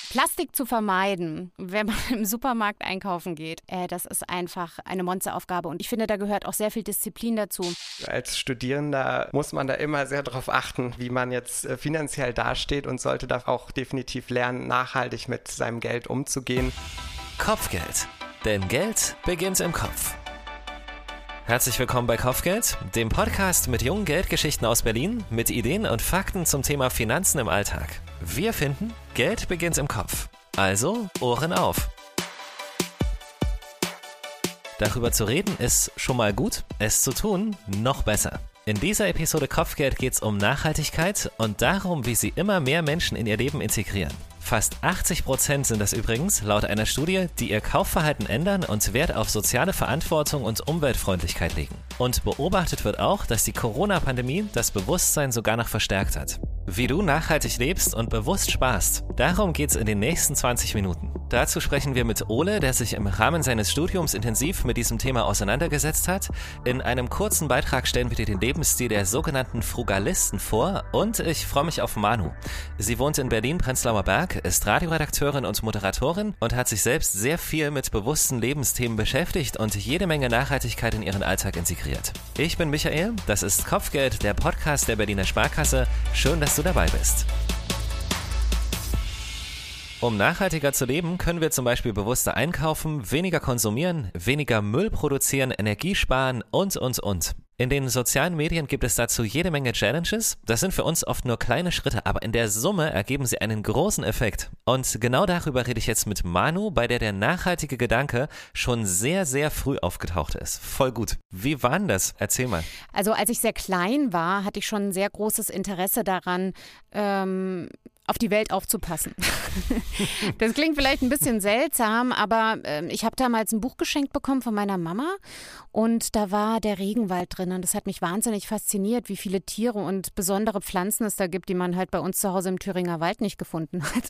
Plastik zu vermeiden, wenn man im Supermarkt einkaufen geht, das ist einfach eine Monsteraufgabe. Und ich finde, da gehört auch sehr viel Disziplin dazu. Als Studierender muss man da immer sehr darauf achten, wie man jetzt finanziell dasteht und sollte da auch definitiv lernen, nachhaltig mit seinem Geld umzugehen. Kopfgeld. Denn Geld beginnt im Kopf. Herzlich willkommen bei Kopfgeld, dem Podcast mit jungen Geldgeschichten aus Berlin, mit Ideen und Fakten zum Thema Finanzen im Alltag. Wir finden, Geld beginnt im Kopf. Also Ohren auf. Darüber zu reden ist schon mal gut, es zu tun noch besser. In dieser Episode Kopfgeld geht es um Nachhaltigkeit und darum, wie sie immer mehr Menschen in ihr Leben integrieren. Fast 80% sind das übrigens, laut einer Studie, die ihr Kaufverhalten ändern und Wert auf soziale Verantwortung und Umweltfreundlichkeit legen. Und beobachtet wird auch, dass die Corona-Pandemie das Bewusstsein sogar noch verstärkt hat. Wie du nachhaltig lebst und bewusst sparst, darum geht's in den nächsten 20 Minuten. Dazu sprechen wir mit Ole, der sich im Rahmen seines Studiums intensiv mit diesem Thema auseinandergesetzt hat. In einem kurzen Beitrag stellen wir dir den Lebensstil der sogenannten Frugalisten vor und ich freue mich auf Manu. Sie wohnt in Berlin-Prenzlauer Berg, ist Radioredakteurin und Moderatorin und hat sich selbst sehr viel mit bewussten Lebensthemen beschäftigt und jede Menge Nachhaltigkeit in ihren Alltag integriert. Ich bin Michael, das ist Kopfgeld, der Podcast der Berliner Sparkasse. Schön, dass du dabei bist. Um nachhaltiger zu leben, können wir zum Beispiel bewusster einkaufen, weniger konsumieren, weniger Müll produzieren, Energie sparen und. In den sozialen Medien gibt es dazu jede Menge Challenges. Das sind für uns oft nur kleine Schritte, aber in der Summe ergeben sie einen großen Effekt. Und genau darüber rede ich jetzt mit Manu, bei der nachhaltige Gedanke schon sehr, sehr früh aufgetaucht ist. Voll gut. Wie war denn das? Erzähl mal. Also als ich sehr klein war, hatte ich schon ein sehr großes Interesse daran, auf die Welt aufzupassen. Das klingt vielleicht ein bisschen seltsam, aber ich habe damals ein Buch geschenkt bekommen von meiner Mama und da war der Regenwald drin und das hat mich wahnsinnig fasziniert, wie viele Tiere und besondere Pflanzen es da gibt, die man halt bei uns zu Hause im Thüringer Wald nicht gefunden hat.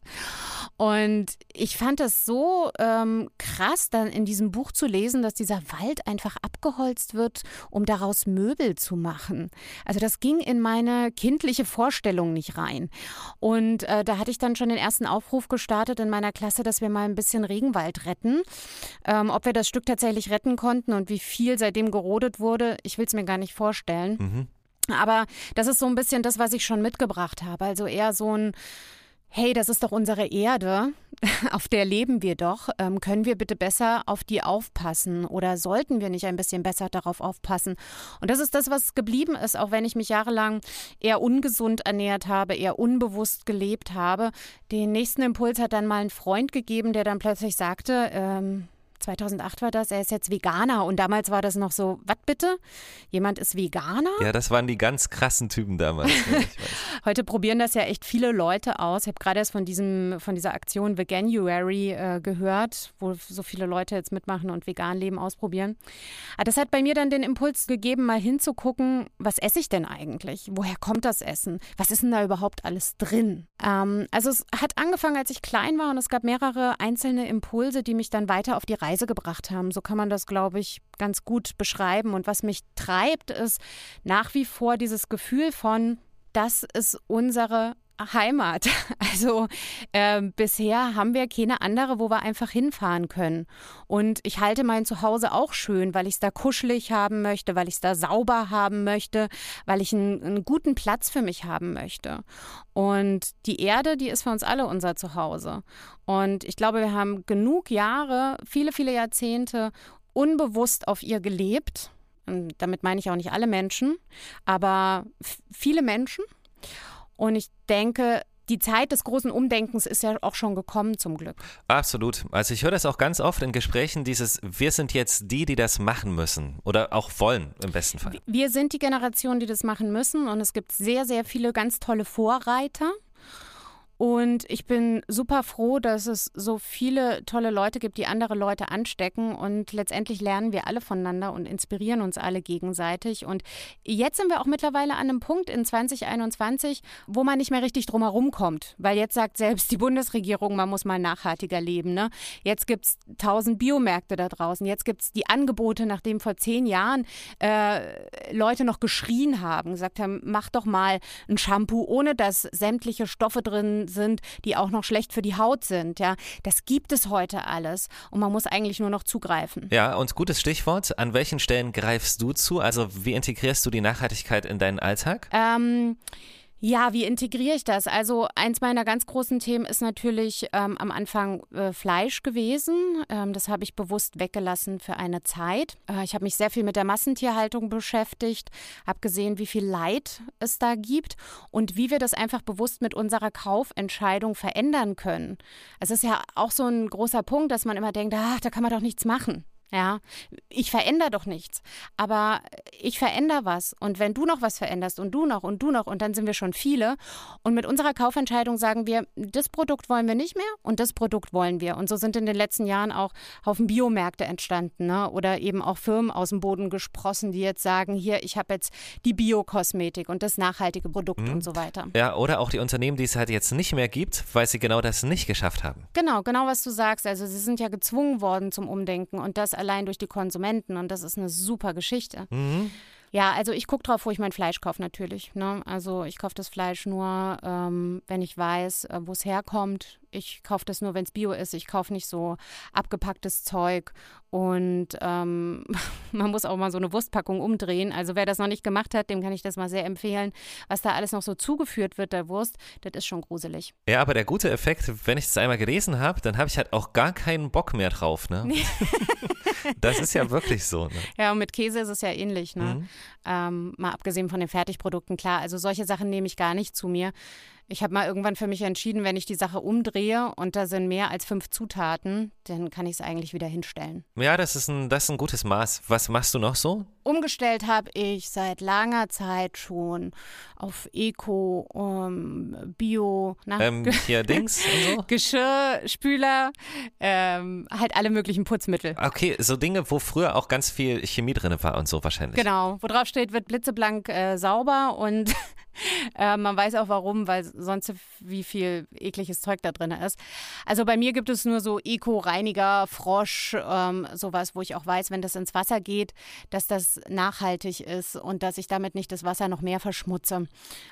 Und ich fand das so krass, dann in diesem Buch zu lesen, dass dieser Wald einfach abgeholzt wird, um daraus Möbel zu machen. Also das ging in meine kindliche Vorstellung nicht rein. Und da hatte ich dann schon den ersten Aufruf gestartet in meiner Klasse, dass wir mal ein bisschen Regenwald retten. Ob wir das Stück tatsächlich retten konnten und wie viel seitdem gerodet wurde, ich will es mir gar nicht vorstellen. Aber das ist so ein bisschen das, was ich schon mitgebracht habe. Also eher so ein hey, das ist doch unsere Erde, auf der leben wir doch. Können wir bitte besser auf die aufpassen oder sollten wir nicht ein bisschen besser darauf aufpassen? Und das ist das, was geblieben ist, auch wenn ich mich jahrelang eher ungesund ernährt habe, eher unbewusst gelebt habe. Den nächsten Impuls hat dann mal ein Freund gegeben, der dann plötzlich sagte, 2008 war das, er ist jetzt Veganer und damals war das noch so, was bitte? Jemand ist Veganer? Ja, das waren die ganz krassen Typen damals. Ja, ich weiß. Heute probieren das ja echt viele Leute aus. Ich habe gerade erst von dieser Aktion Veganuary gehört, wo so viele Leute jetzt mitmachen und vegan leben ausprobieren. Aber das hat bei mir dann den Impuls gegeben, mal hinzugucken, was esse ich denn eigentlich? Woher kommt das Essen? Was ist denn da überhaupt alles drin? Also es hat angefangen, als ich klein war und es gab mehrere einzelne Impulse, die mich dann weiter auf die Reise gebracht haben. So kann man das, glaube ich, ganz gut beschreiben. Und was mich treibt, ist nach wie vor dieses Gefühl von, das ist unsere Heimat. Also bisher haben wir keine andere, wo wir einfach hinfahren können. Und ich halte mein Zuhause auch schön, weil ich es da kuschelig haben möchte, weil ich es da sauber haben möchte, weil ich einen guten Platz für mich haben möchte. Und die Erde, die ist für uns alle unser Zuhause. Und ich glaube, wir haben genug Jahre, viele, viele Jahrzehnte unbewusst auf ihr gelebt. Und damit meine ich auch nicht alle Menschen, aber viele Menschen. Und ich denke, die Zeit des großen Umdenkens ist ja auch schon gekommen, zum Glück. Absolut. Also ich höre das auch ganz oft in Gesprächen, wir sind jetzt die das machen müssen oder auch wollen im besten Fall. Wir sind die Generation, die das machen müssen und es gibt sehr, sehr viele ganz tolle Vorreiter. Und ich bin super froh, dass es so viele tolle Leute gibt, die andere Leute anstecken. Und letztendlich lernen wir alle voneinander und inspirieren uns alle gegenseitig. Und jetzt sind wir auch mittlerweile an einem Punkt in 2021, wo man nicht mehr richtig drum herum kommt. Weil jetzt sagt selbst die Bundesregierung, man muss mal nachhaltiger leben. Ne? Jetzt gibt es 1000 Biomärkte da draußen. Jetzt gibt es die Angebote, nachdem vor 10 Jahren Leute noch geschrien haben, gesagt haben, mach doch mal ein Shampoo, ohne dass sämtliche Stoffe drin sind, die auch noch schlecht für die Haut sind. Ja, das gibt es heute alles und man muss eigentlich nur noch zugreifen. Ja, und gutes Stichwort. An welchen Stellen greifst du zu? Also wie integrierst du die Nachhaltigkeit in deinen Alltag? Ja, wie integriere ich das? Also eins meiner ganz großen Themen ist natürlich am Anfang Fleisch gewesen. Das habe ich bewusst weggelassen für eine Zeit. Ich habe mich sehr viel mit der Massentierhaltung beschäftigt, habe gesehen, wie viel Leid es da gibt und wie wir das einfach bewusst mit unserer Kaufentscheidung verändern können. Es ist ja auch so ein großer Punkt, dass man immer denkt, ach, da kann man doch nichts machen. Ja, ich verändere doch nichts, aber ich verändere was und wenn du noch was veränderst und du noch und dann sind wir schon viele und mit unserer Kaufentscheidung sagen wir, das Produkt wollen wir nicht mehr und das Produkt wollen wir und so sind in den letzten Jahren auch Haufen Biomärkte entstanden, ne? Oder eben auch Firmen aus dem Boden gesprossen, die jetzt sagen, hier, ich habe jetzt die Biokosmetik und das nachhaltige Produkt und so weiter. Ja, oder auch die Unternehmen, die es halt jetzt nicht mehr gibt, weil sie genau das nicht geschafft haben. Genau was du sagst, also sie sind ja gezwungen worden zum Umdenken und das allein durch die Konsumenten und das ist eine super Geschichte. Mhm. Ja, also ich gucke drauf, wo ich mein Fleisch kaufe natürlich. Ne? Also ich kaufe das Fleisch nur, wenn ich weiß, wo es herkommt. Ich kaufe das nur, wenn es Bio ist. Ich kaufe nicht so abgepacktes Zeug. Und man muss auch mal so eine Wurstpackung umdrehen. Also wer das noch nicht gemacht hat, dem kann ich das mal sehr empfehlen. Was da alles noch so zugeführt wird der Wurst, das ist schon gruselig. Ja, aber der gute Effekt, wenn ich das einmal gelesen habe, dann habe ich halt auch gar keinen Bock mehr drauf. Ne? Das ist ja wirklich so. Ne? Ja, und mit Käse ist es ja ähnlich. Ne? Mal abgesehen von den Fertigprodukten, klar. Also solche Sachen nehme ich gar nicht zu mir. Ich habe mal irgendwann für mich entschieden, wenn ich die Sache umdrehe und da sind mehr als 5 Zutaten, dann kann ich es eigentlich wieder hinstellen. Ja, das ist ein gutes Maß. Was machst du noch so? Umgestellt habe ich seit langer Zeit schon auf Eco, Bio, hier Dings und so? Geschirrspüler, halt alle möglichen Putzmittel. Okay, so Dinge, wo früher auch ganz viel Chemie drin war und so wahrscheinlich. Genau, wo drauf steht, wird blitzeblank sauber und man weiß auch warum, weil sonst wie viel ekliges Zeug da drin ist. Also bei mir gibt es nur so Eco-Reiniger, Frosch, sowas, wo ich auch weiß, wenn das ins Wasser geht, dass das nachhaltig ist und dass ich damit nicht das Wasser noch mehr verschmutze,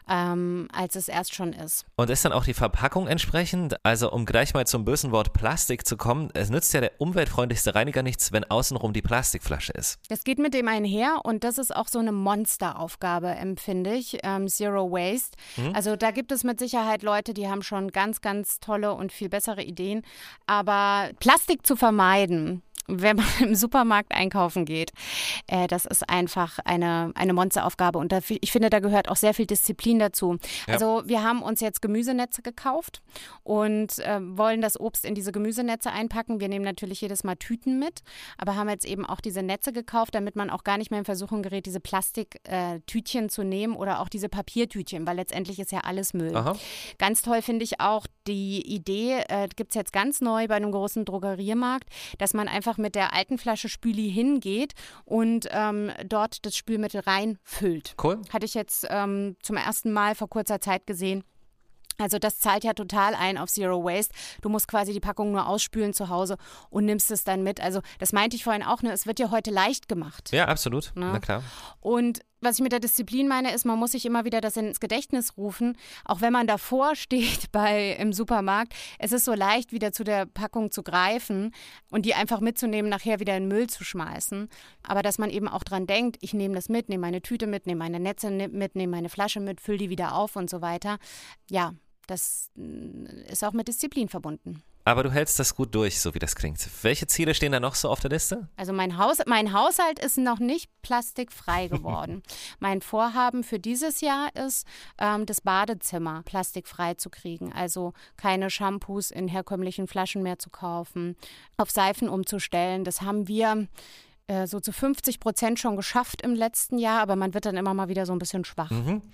als es erst schon ist. Und ist dann auch die Verpackung entsprechend? Also um gleich mal zum bösen Wort Plastik zu kommen, es nützt ja der umweltfreundlichste Reiniger nichts, wenn außenrum die Plastikflasche ist. Das geht mit dem einher und das ist auch so eine Monsteraufgabe, empfinde ich, Zero Waste. Also da gibt es mit Sicherheit Leute, die haben schon ganz, ganz tolle und viel bessere Ideen. Aber Plastik zu vermeiden, wenn man im Supermarkt einkaufen geht, das ist einfach eine Monsteraufgabe. Und ich finde, da gehört auch sehr viel Disziplin dazu. Ja. Also wir haben uns jetzt Gemüsenetze gekauft und wollen das Obst in diese Gemüsenetze einpacken. Wir nehmen natürlich jedes Mal Tüten mit, aber haben jetzt eben auch diese Netze gekauft, damit man auch gar nicht mehr in Versuchung gerät, diese Plastiktütchen zu nehmen oder auch diese Papiertütchen, weil letztendlich ist ja alles Müll. Aha. Ganz toll finde ich auch die Idee, gibt es jetzt ganz neu bei einem großen Drogeriemarkt, dass man einfach mit der alten Flasche Spüli hingeht und dort das Spülmittel reinfüllt. Cool. Hatte ich jetzt zum ersten Mal vor kurzer Zeit gesehen. Also das zahlt ja total ein auf Zero Waste. Du musst quasi die Packung nur ausspülen zu Hause und nimmst es dann mit. Also das meinte ich vorhin auch, ne? Es wird ja heute leicht gemacht. Ja, absolut. Ne? Na klar. Und was ich mit der Disziplin meine, ist, man muss sich immer wieder das ins Gedächtnis rufen, auch wenn man davor steht im Supermarkt. Es ist so leicht, wieder zu der Packung zu greifen und die einfach mitzunehmen, nachher wieder in den Müll zu schmeißen. Aber dass man eben auch dran denkt, ich nehme das mit, nehme meine Tüte mit, nehme meine Netze mit, nehme meine Flasche mit, fülle die wieder auf und so weiter. Ja, das ist auch mit Disziplin verbunden. Aber du hältst das gut durch, so wie das klingt. Welche Ziele stehen da noch so auf der Liste? Also mein Haushalt ist noch nicht plastikfrei geworden. Mein Vorhaben für dieses Jahr ist, das Badezimmer plastikfrei zu kriegen. Also keine Shampoos in herkömmlichen Flaschen mehr zu kaufen, auf Seifen umzustellen. Das haben wir so zu 50% schon geschafft im letzten Jahr, aber man wird dann immer mal wieder so ein bisschen schwach.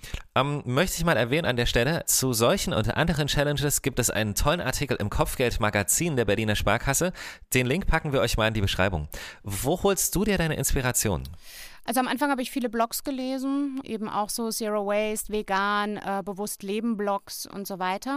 Möchte ich mal erwähnen an der Stelle, zu solchen und anderen Challenges gibt es einen tollen Artikel im Kopfgeld-Magazin der Berliner Sparkasse. Den Link packen wir euch mal in die Beschreibung. Wo holst du dir deine Inspiration? Also am Anfang habe ich viele Blogs gelesen, eben auch so Zero Waste, vegan, bewusst Leben Blogs und so weiter.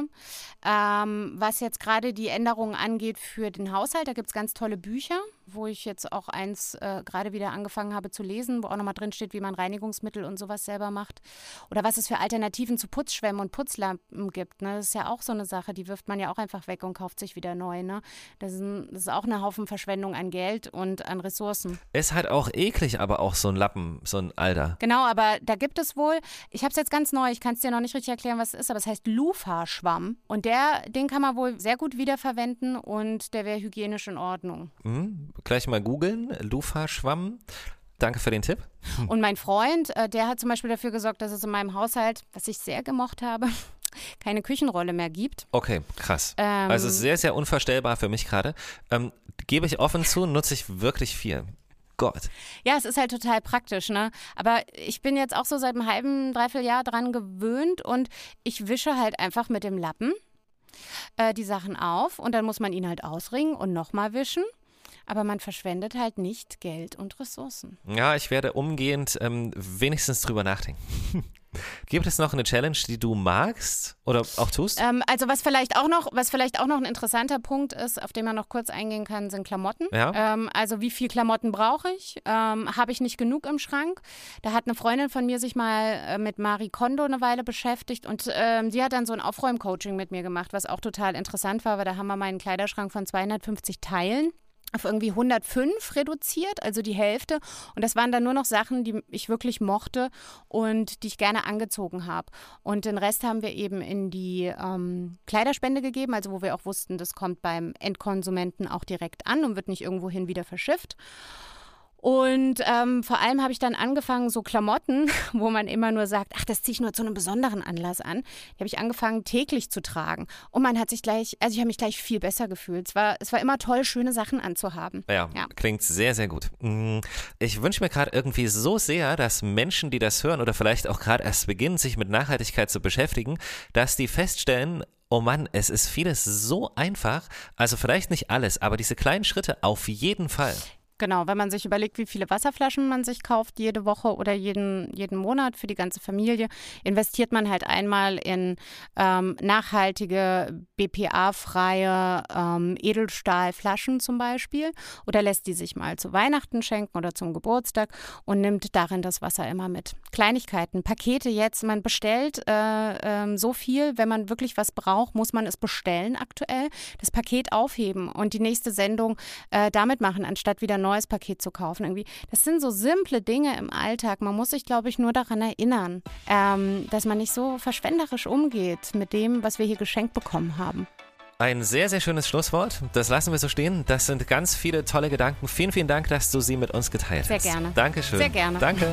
Was jetzt gerade die Änderungen angeht für den Haushalt, da gibt es ganz tolle Bücher, wo ich jetzt auch eins gerade wieder angefangen habe zu lesen, wo auch nochmal drin steht, wie man Reinigungsmittel und sowas selber macht. Oder was es für Alternativen zu Putzschwämmen und Putzlampen gibt. Ne? Das ist ja auch so eine Sache, die wirft man ja auch einfach weg und kauft sich wieder neu. Ne? Das ist auch eine Haufen Verschwendung an Geld und an Ressourcen. Ist halt auch eklig, aber auch so ein Lappen, so ein alter. Genau, aber da gibt es wohl, ich habe es jetzt ganz neu, ich kann es dir noch nicht richtig erklären, was es ist, aber es heißt Loofah-Schwamm. Und den kann man wohl sehr gut wiederverwenden und der wäre hygienisch in Ordnung. Gleich mal googeln, Loofah-Schwamm. Danke für den Tipp. Und mein Freund, der hat zum Beispiel dafür gesorgt, dass es in meinem Haushalt, was ich sehr gemocht habe, keine Küchenrolle mehr gibt. Okay, krass. Also sehr, sehr unvorstellbar für mich gerade. Gebe ich offen zu, nutze ich wirklich viel. Gott. Ja, es ist halt total praktisch, ne? Aber ich bin jetzt auch so seit einem halben, dreiviertel Jahr dran gewöhnt und ich wische halt einfach mit dem Lappen die Sachen auf und dann muss man ihn halt ausringen und nochmal wischen. Aber man verschwendet halt nicht Geld und Ressourcen. Ja, ich werde umgehend wenigstens drüber nachdenken. Gibt es noch eine Challenge, die du magst oder auch tust? Also was vielleicht auch noch ein interessanter Punkt ist, auf den man noch kurz eingehen kann, sind Klamotten. Ja. Also wie viel Klamotten brauche ich? Habe ich nicht genug im Schrank? Da hat eine Freundin von mir sich mal mit Marie Kondo eine Weile beschäftigt und sie hat dann so ein Aufräumcoaching mit mir gemacht, was auch total interessant war, weil da haben wir meinen Kleiderschrank von 250 Teilen auf irgendwie 105 reduziert, also die Hälfte. Und das waren dann nur noch Sachen, die ich wirklich mochte und die ich gerne angezogen habe. Und den Rest haben wir eben in die Kleiderspende gegeben, also wo wir auch wussten, das kommt beim Endkonsumenten auch direkt an und wird nicht irgendwohin wieder verschifft. Und vor allem habe ich dann angefangen, so Klamotten, wo man immer nur sagt, ach, das ziehe ich nur zu einem besonderen Anlass an, die habe ich angefangen täglich zu tragen. Und man hat sich ich habe mich gleich viel besser gefühlt. Es war immer toll, schöne Sachen anzuhaben. Ja, klingt sehr, sehr gut. Ich wünsche mir gerade irgendwie so sehr, dass Menschen, die das hören oder vielleicht auch gerade erst beginnen, sich mit Nachhaltigkeit zu beschäftigen, dass die feststellen, oh Mann, es ist vieles so einfach. Also vielleicht nicht alles, aber diese kleinen Schritte auf jeden Fall. Genau, wenn man sich überlegt, wie viele Wasserflaschen man sich kauft jede Woche oder jeden Monat für die ganze Familie, investiert man halt einmal in nachhaltige, BPA-freie Edelstahlflaschen zum Beispiel oder lässt die sich mal zu Weihnachten schenken oder zum Geburtstag und nimmt darin das Wasser immer mit. Kleinigkeiten, Pakete jetzt, man bestellt so viel, wenn man wirklich was braucht, muss man es bestellen aktuell, das Paket aufheben und die nächste Sendung damit machen, anstatt wieder neues Paket zu kaufen. Irgendwie. Das sind so simple Dinge im Alltag. Man muss sich, glaube ich, nur daran erinnern, dass man nicht so verschwenderisch umgeht mit dem, was wir hier geschenkt bekommen haben. Ein sehr, sehr schönes Schlusswort. Das lassen wir so stehen. Das sind ganz viele tolle Gedanken. Vielen, vielen Dank, dass du sie mit uns geteilt hast. Sehr gerne. Dankeschön. Sehr gerne. Danke.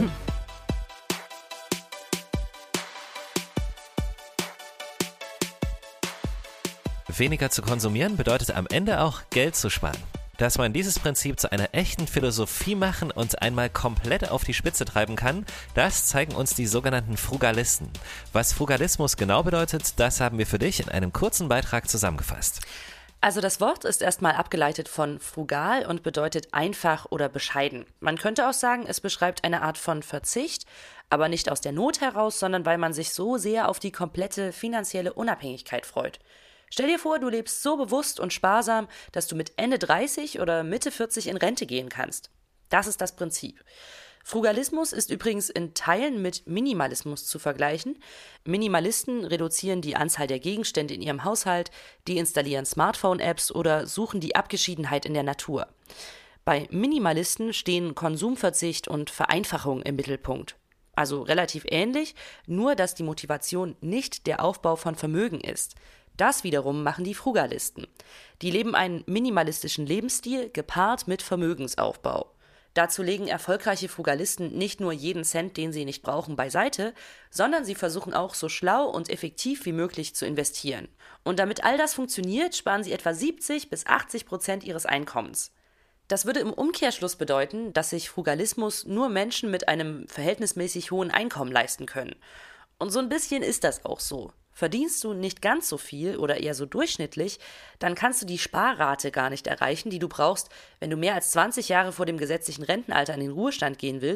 Weniger zu konsumieren bedeutet am Ende auch Geld zu sparen. Dass man dieses Prinzip zu einer echten Philosophie machen und einmal komplett auf die Spitze treiben kann, das zeigen uns die sogenannten Frugalisten. Was Frugalismus genau bedeutet, das haben wir für dich in einem kurzen Beitrag zusammengefasst. Also das Wort ist erstmal abgeleitet von frugal und bedeutet einfach oder bescheiden. Man könnte auch sagen, es beschreibt eine Art von Verzicht, aber nicht aus der Not heraus, sondern weil man sich so sehr auf die komplette finanzielle Unabhängigkeit freut. Stell dir vor, du lebst so bewusst und sparsam, dass du mit Ende 30 oder Mitte 40 in Rente gehen kannst. Das ist das Prinzip. Frugalismus ist übrigens in Teilen mit Minimalismus zu vergleichen. Minimalisten reduzieren die Anzahl der Gegenstände in ihrem Haushalt, die installieren Smartphone-Apps oder suchen die Abgeschiedenheit in der Natur. Bei Minimalisten stehen Konsumverzicht und Vereinfachung im Mittelpunkt. Also relativ ähnlich, nur dass die Motivation nicht der Aufbau von Vermögen ist. Das wiederum machen die Frugalisten. Die leben einen minimalistischen Lebensstil gepaart mit Vermögensaufbau. Dazu legen erfolgreiche Frugalisten nicht nur jeden Cent, den sie nicht brauchen, beiseite, sondern sie versuchen auch so schlau und effektiv wie möglich zu investieren. Und damit all das funktioniert, sparen sie etwa 70-80% ihres Einkommens. Das würde im Umkehrschluss bedeuten, dass sich Frugalismus nur Menschen mit einem verhältnismäßig hohen Einkommen leisten können. Und so ein bisschen ist das auch so. Verdienst du nicht ganz so viel oder eher so durchschnittlich, dann kannst du die Sparrate gar nicht erreichen, die du brauchst, wenn du mehr als 20 Jahre vor dem gesetzlichen Rentenalter in den Ruhestand gehen willst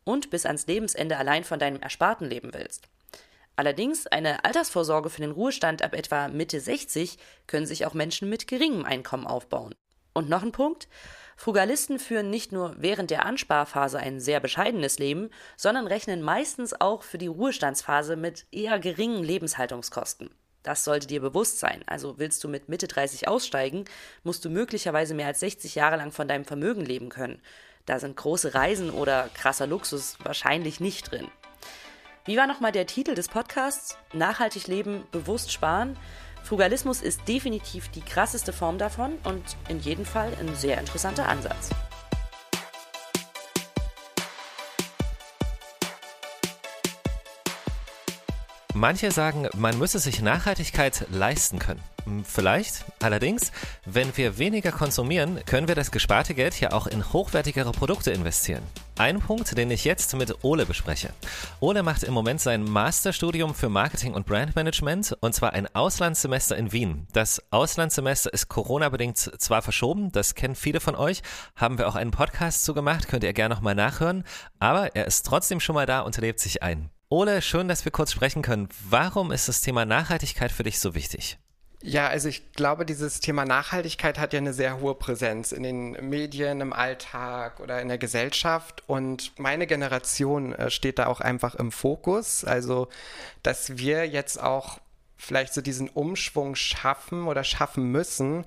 und bis ans Lebensende allein von deinem Ersparten leben willst. Allerdings, eine Altersvorsorge für den Ruhestand ab etwa Mitte 60 können sich auch Menschen mit geringem Einkommen aufbauen. Und noch ein Punkt: Frugalisten führen nicht nur während der Ansparphase ein sehr bescheidenes Leben, sondern rechnen meistens auch für die Ruhestandsphase mit eher geringen Lebenshaltungskosten. Das sollte dir bewusst sein. Also willst du mit Mitte 30 aussteigen, musst du möglicherweise mehr als 60 Jahre lang von deinem Vermögen leben können. Da sind große Reisen oder krasser Luxus wahrscheinlich nicht drin. Wie war nochmal der Titel des Podcasts? Nachhaltig leben, bewusst sparen? Frugalismus ist definitiv die krasseste Form davon und in jedem Fall ein sehr interessanter Ansatz. Manche sagen, man müsse sich Nachhaltigkeit leisten können. Vielleicht. Allerdings, wenn wir weniger konsumieren, können wir das gesparte Geld ja auch in hochwertigere Produkte investieren. Ein Punkt, den ich jetzt mit Ole bespreche. Ole macht im Moment sein Masterstudium für Marketing und Brandmanagement, und zwar ein Auslandssemester in Wien. Das Auslandssemester ist Corona-bedingt zwar verschoben, das kennen viele von euch, haben wir auch einen Podcast zu gemacht, könnt ihr gerne nochmal nachhören, aber er ist trotzdem schon mal da und lebt sich ein. Ole, schön, dass wir kurz sprechen können. Warum ist das Thema Nachhaltigkeit für dich so wichtig? Ja, also ich glaube, dieses Thema Nachhaltigkeit hat ja eine sehr hohe Präsenz in den Medien, im Alltag oder in der Gesellschaft. Und meine Generation steht da auch einfach im Fokus. Also, dass wir jetzt auch vielleicht so diesen Umschwung schaffen oder schaffen müssen.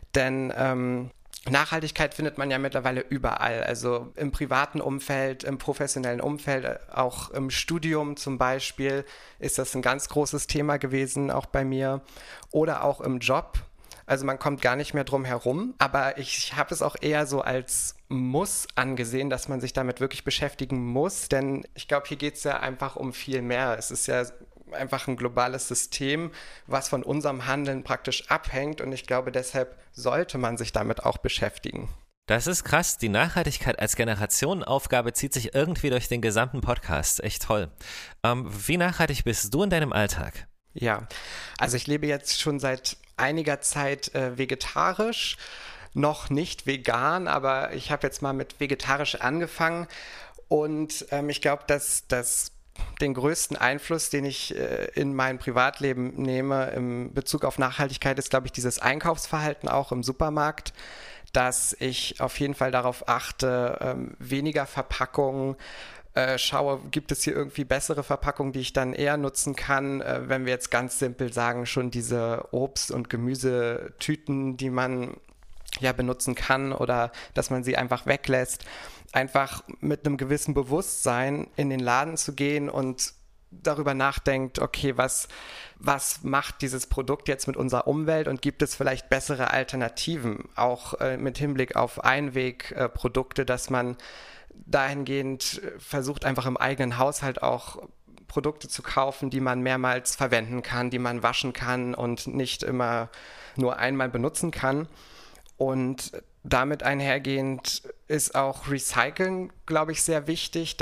Denn Nachhaltigkeit findet man ja mittlerweile überall, also im privaten Umfeld, im professionellen Umfeld, auch im Studium zum Beispiel ist das ein ganz großes Thema gewesen, auch bei mir, oder auch im Job. Also man kommt gar nicht mehr drum herum, aber ich habe es auch eher so als Muss angesehen, dass man sich damit wirklich beschäftigen muss, denn ich glaube, hier geht es ja einfach um viel mehr. Es ist ja einfach ein globales System, was von unserem Handeln praktisch abhängt, und ich glaube, deshalb sollte man sich damit auch beschäftigen. Das ist krass, die Nachhaltigkeit als Generationenaufgabe zieht sich irgendwie durch den gesamten Podcast, echt toll. Wie nachhaltig bist du in deinem Alltag? Ja, also ich lebe jetzt schon seit einiger Zeit vegetarisch, noch nicht vegan, aber ich habe jetzt mal mit vegetarisch angefangen, und ich glaube, dass das den größten Einfluss, den ich in mein Privatleben nehme in Bezug auf Nachhaltigkeit, ist, glaube ich, dieses Einkaufsverhalten auch im Supermarkt, dass ich auf jeden Fall darauf achte, weniger Verpackungen, schaue, gibt es hier irgendwie bessere Verpackungen, die ich dann eher nutzen kann, wenn wir jetzt ganz simpel sagen, schon diese Obst- und Gemüsetüten, die man ja benutzen kann, oder dass man sie einfach weglässt. Einfach mit einem gewissen Bewusstsein in den Laden zu gehen und darüber nachdenkt, okay, was macht dieses Produkt jetzt mit unserer Umwelt, und gibt es vielleicht bessere Alternativen, auch mit Hinblick auf Einwegprodukte, dass man dahingehend versucht, einfach im eigenen Haushalt auch Produkte zu kaufen, die man mehrmals verwenden kann, die man waschen kann und nicht immer nur einmal benutzen kann. Und damit einhergehend ist auch Recyceln, glaube ich, sehr wichtig.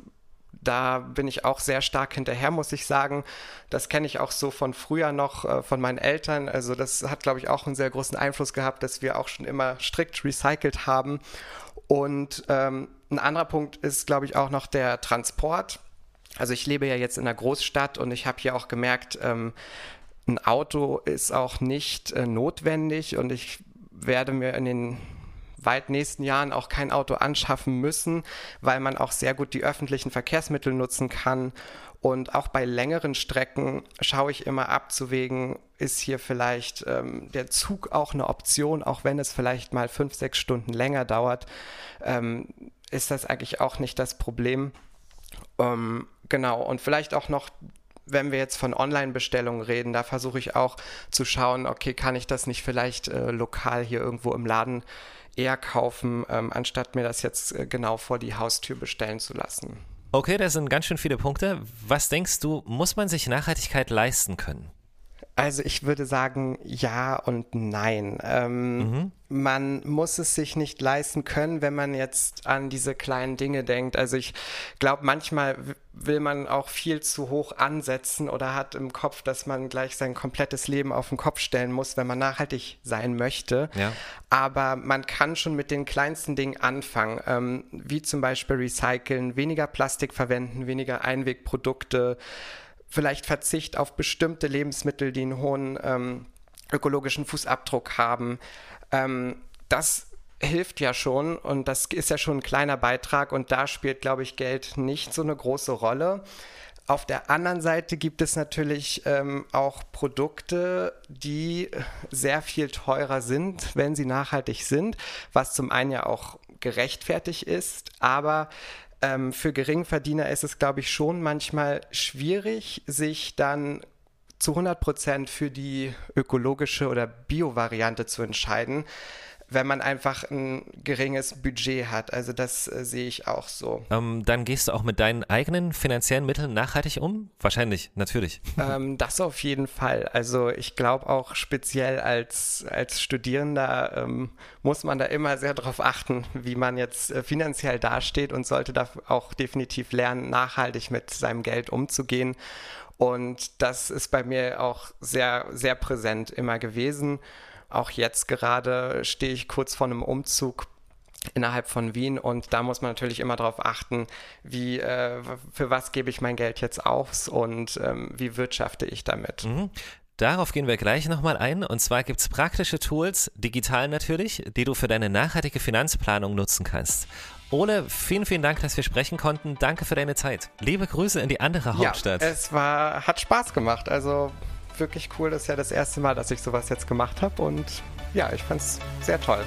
Da bin ich auch sehr stark hinterher, muss ich sagen. Das kenne ich auch so von früher noch, von meinen Eltern. Also das hat, glaube ich, auch einen sehr großen Einfluss gehabt, dass wir auch schon immer strikt recycelt haben. Und ein anderer Punkt ist, glaube ich, auch noch der Transport. Also ich lebe ja jetzt in einer Großstadt, und ich habe hier auch gemerkt, ein Auto ist auch nicht notwendig, und ich werde mir in den weit nächsten Jahren auch kein Auto anschaffen müssen, weil man auch sehr gut die öffentlichen Verkehrsmittel nutzen kann. Und auch bei längeren Strecken schaue ich immer abzuwägen, ist hier vielleicht der Zug auch eine Option, auch wenn es vielleicht mal 5-6 Stunden länger dauert, ist das eigentlich auch nicht das Problem. Genau, und vielleicht auch noch, wenn wir jetzt von Online-Bestellungen reden, da versuche ich auch zu schauen, okay, kann ich das nicht vielleicht lokal hier irgendwo im Laden eher kaufen, anstatt mir das jetzt genau vor die Haustür bestellen zu lassen. Okay, das sind ganz schön viele Punkte. Was denkst du, muss man sich Nachhaltigkeit leisten können? Also ich würde sagen, ja und nein. Man muss es sich nicht leisten können, wenn man jetzt an diese kleinen Dinge denkt. Also ich glaube, manchmal will man auch viel zu hoch ansetzen oder hat im Kopf, dass man gleich sein komplettes Leben auf den Kopf stellen muss, wenn man nachhaltig sein möchte. Ja. Aber man kann schon mit den kleinsten Dingen anfangen, wie zum Beispiel recyceln, weniger Plastik verwenden, weniger Einwegprodukte, vielleicht Verzicht auf bestimmte Lebensmittel, die einen hohen ökologischen Fußabdruck haben. Das hilft ja schon und das ist ja schon ein kleiner Beitrag und da spielt, glaube ich, Geld nicht so eine große Rolle. Auf der anderen Seite gibt es natürlich auch Produkte, die sehr viel teurer sind, wenn sie nachhaltig sind, was zum einen ja auch gerechtfertigt ist, aber für Geringverdiener ist es, glaube ich, schon manchmal schwierig, sich dann zu 100% für die ökologische oder Bio-Variante zu entscheiden, wenn man einfach ein geringes Budget hat. Also das sehe ich auch so. Dann gehst du auch mit deinen eigenen finanziellen Mitteln nachhaltig um? Wahrscheinlich, natürlich. Das auf jeden Fall. Also ich glaube auch speziell als Studierender muss man da immer sehr darauf achten, wie man jetzt finanziell dasteht und sollte da auch definitiv lernen, nachhaltig mit seinem Geld umzugehen. Und das ist bei mir auch sehr, sehr präsent immer gewesen. Auch jetzt gerade stehe ich kurz vor einem Umzug innerhalb von Wien und da muss man natürlich immer darauf achten, für was gebe ich mein Geld jetzt aus und wie wirtschafte ich damit. Mhm. Darauf gehen wir gleich nochmal ein und zwar gibt es praktische Tools, digital natürlich, die du für deine nachhaltige Finanzplanung nutzen kannst. Ole, vielen, vielen Dank, dass wir sprechen konnten. Danke für deine Zeit. Liebe Grüße in die andere Hauptstadt. Ja, hat Spaß gemacht. Also wirklich cool, das ist ja das erste Mal, dass ich sowas jetzt gemacht habe und ja, ich fand es sehr toll.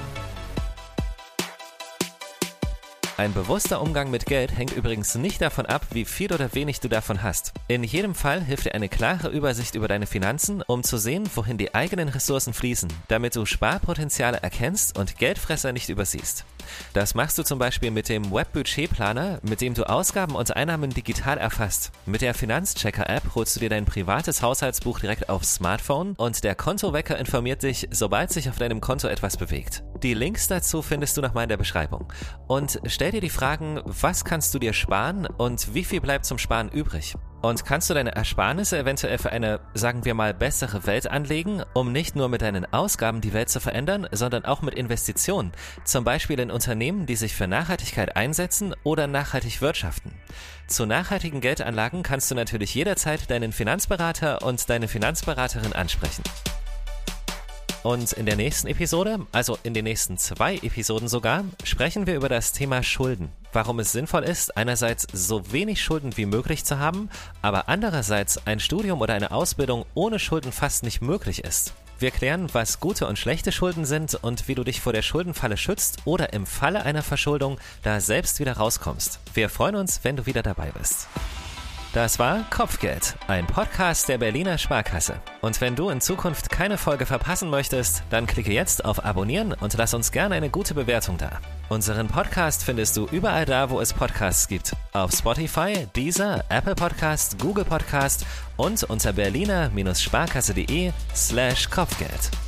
Ein bewusster Umgang mit Geld hängt übrigens nicht davon ab, wie viel oder wenig du davon hast. In jedem Fall hilft dir eine klare Übersicht über deine Finanzen, um zu sehen, wohin die eigenen Ressourcen fließen, damit du Sparpotenziale erkennst und Geldfresser nicht übersiehst. Das machst du zum Beispiel mit dem Webbudgetplaner, mit dem du Ausgaben und Einnahmen digital erfasst. Mit der Finanzchecker-App holst du dir dein privates Haushaltsbuch direkt aufs Smartphone und der Kontowecker informiert dich, sobald sich auf deinem Konto etwas bewegt. Die Links dazu findest du nochmal in der Beschreibung. Und stell dir die Fragen, was kannst du dir sparen und wie viel bleibt zum Sparen übrig? Und kannst du deine Ersparnisse eventuell für eine, sagen wir mal, bessere Welt anlegen, um nicht nur mit deinen Ausgaben die Welt zu verändern, sondern auch mit Investitionen, zum Beispiel in Unternehmen, die sich für Nachhaltigkeit einsetzen oder nachhaltig wirtschaften. Zu nachhaltigen Geldanlagen kannst du natürlich jederzeit deinen Finanzberater und deine Finanzberaterin ansprechen. Und in der nächsten Episode, also in den nächsten 2 Episoden sogar, sprechen wir über das Thema Schulden. Warum es sinnvoll ist, einerseits so wenig Schulden wie möglich zu haben, aber andererseits ein Studium oder eine Ausbildung ohne Schulden fast nicht möglich ist. Wir klären, was gute und schlechte Schulden sind und wie du dich vor der Schuldenfalle schützt oder im Falle einer Verschuldung da selbst wieder rauskommst. Wir freuen uns, wenn du wieder dabei bist. Das war Kopfgeld, ein Podcast der Berliner Sparkasse. Und wenn du in Zukunft keine Folge verpassen möchtest, dann klicke jetzt auf Abonnieren und lass uns gerne eine gute Bewertung da. Unseren Podcast findest du überall da, wo es Podcasts gibt. Auf Spotify, Deezer, Apple Podcast, Google Podcast und unter berliner-sparkasse.de/Kopfgeld.